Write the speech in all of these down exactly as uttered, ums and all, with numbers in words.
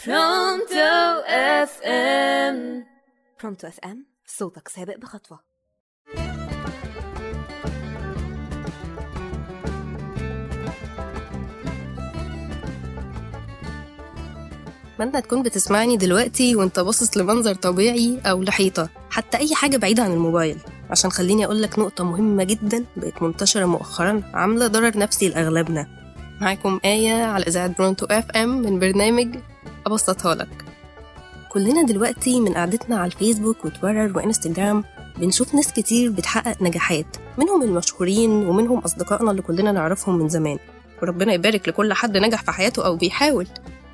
برونتو اف ام. برونتو اف ام، صوتك سابق بخطوة. أتمنى تكون بتسمعني دلوقتي وانت باصص لمنظر طبيعي أو لحيطة، حتى أي حاجة بعيدة عن الموبايل، عشان خليني أقولك نقطة مهمة جدا بقت منتشرة مؤخرا عاملة ضرر نفسي لأغلبنا. معاكم آية على إذاعة برونتو اف ام من برنامج أبسطها لك. كلنا دلوقتي من قعدتنا على الفيسبوك وتويتر وإنستجرام بنشوف ناس كتير بتحقق نجاحات، منهم المشهورين ومنهم أصدقائنا اللي كلنا نعرفهم من زمان، وربنا يبارك لكل حد نجح في حياته أو بيحاول.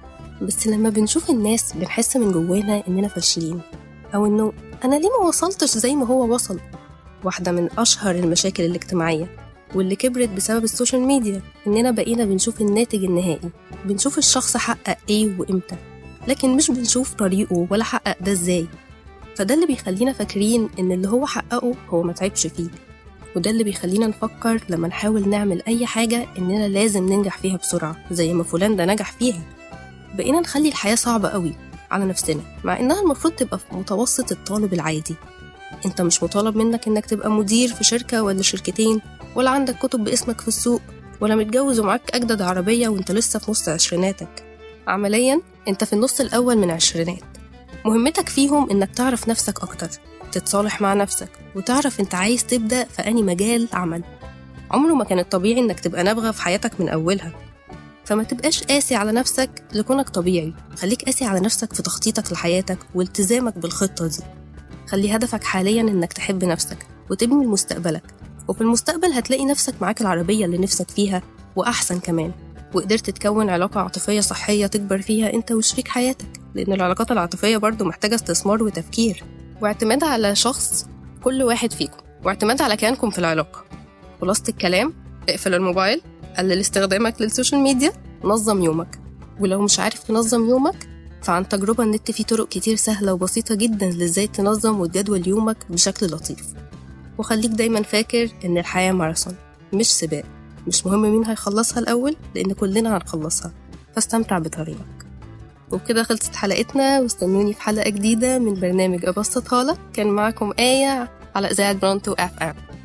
بس لما بنشوف الناس بنحس من جوانا إننا فاشلين، أو إنه أنا ليه ما وصلتش زي ما هو وصل. واحدة من أشهر المشاكل الاجتماعية واللي كبرت بسبب السوشيال ميديا إننا بقينا بنشوف الناتج النهائي، بنشوف الشخص حقق إيه وإمتى، لكن مش بنشوف طريقه ولا حقق ده إزاي. فده اللي بيخلينا فاكرين إن اللي هو حققه هو ما تعبش فيه، وده اللي بيخلينا نفكر لما نحاول نعمل أي حاجة إننا لازم ننجح فيها بسرعة زي ما فلان ده نجح فيها. بقينا نخلي الحياة صعبة قوي على نفسنا، مع إنها المفروض تبقى في متوسط الطالب العادي. انت مش مطالب منك إنك تبقى مدير في شركة ولا شركتين، ولا عندك كتب باسمك في السوق، ولا متجوز ومعاك أجدد عربية وانت لسه في نص عشريناتك. عمليا انت في النص الأول من عشرينات، مهمتك فيهم إنك تعرف نفسك أكتر، تتصالح مع نفسك، وتعرف انت عايز تبدأ في أي مجال عمل. عمره ما كان الطبيعي إنك تبقى نابغة في حياتك من أولها، فما تبقاش قاسي على نفسك لكونك طبيعي. خليك قاسي على نفسك في تخطيطك لحياتك والتزامك بالخطة دي. خلي هدفك حاليا إنك تحب نفسك وتبني مستقبلك، وفي المستقبل هتلاقي نفسك معاك العربية اللي نفسك فيها وأحسن كمان، وقدرت تكون علاقة عاطفية صحية تكبر فيها أنت وشريك حياتك، لأن العلاقات العاطفية برضو محتاجة استثمار وتفكير واعتماد على شخص كل واحد فيكم، واعتماد على كيانكم في العلاقة. خلاصة الكلام، اقفل الموبايل، قلل استخدامك للسوشيال ميديا، نظم يومك. ولو مش عارف تنظم يومك فعن تجربة النت فيه طرق كتير سهلة وبسيطة جدا لازاي تنظم وتجدول يومك بشكل لطيف. وخليك دايما فاكر ان الحياة ماراثون مش سباق، مش مهم مين هيخلصها الأول لأن كلنا هنخلصها، فاستمتع بطريقك. وكده خلصت حلقتنا، واستنوني في حلقة جديدة من برنامج أبسطها لك. كان معكم آية على إذاعة برونتو اف ام.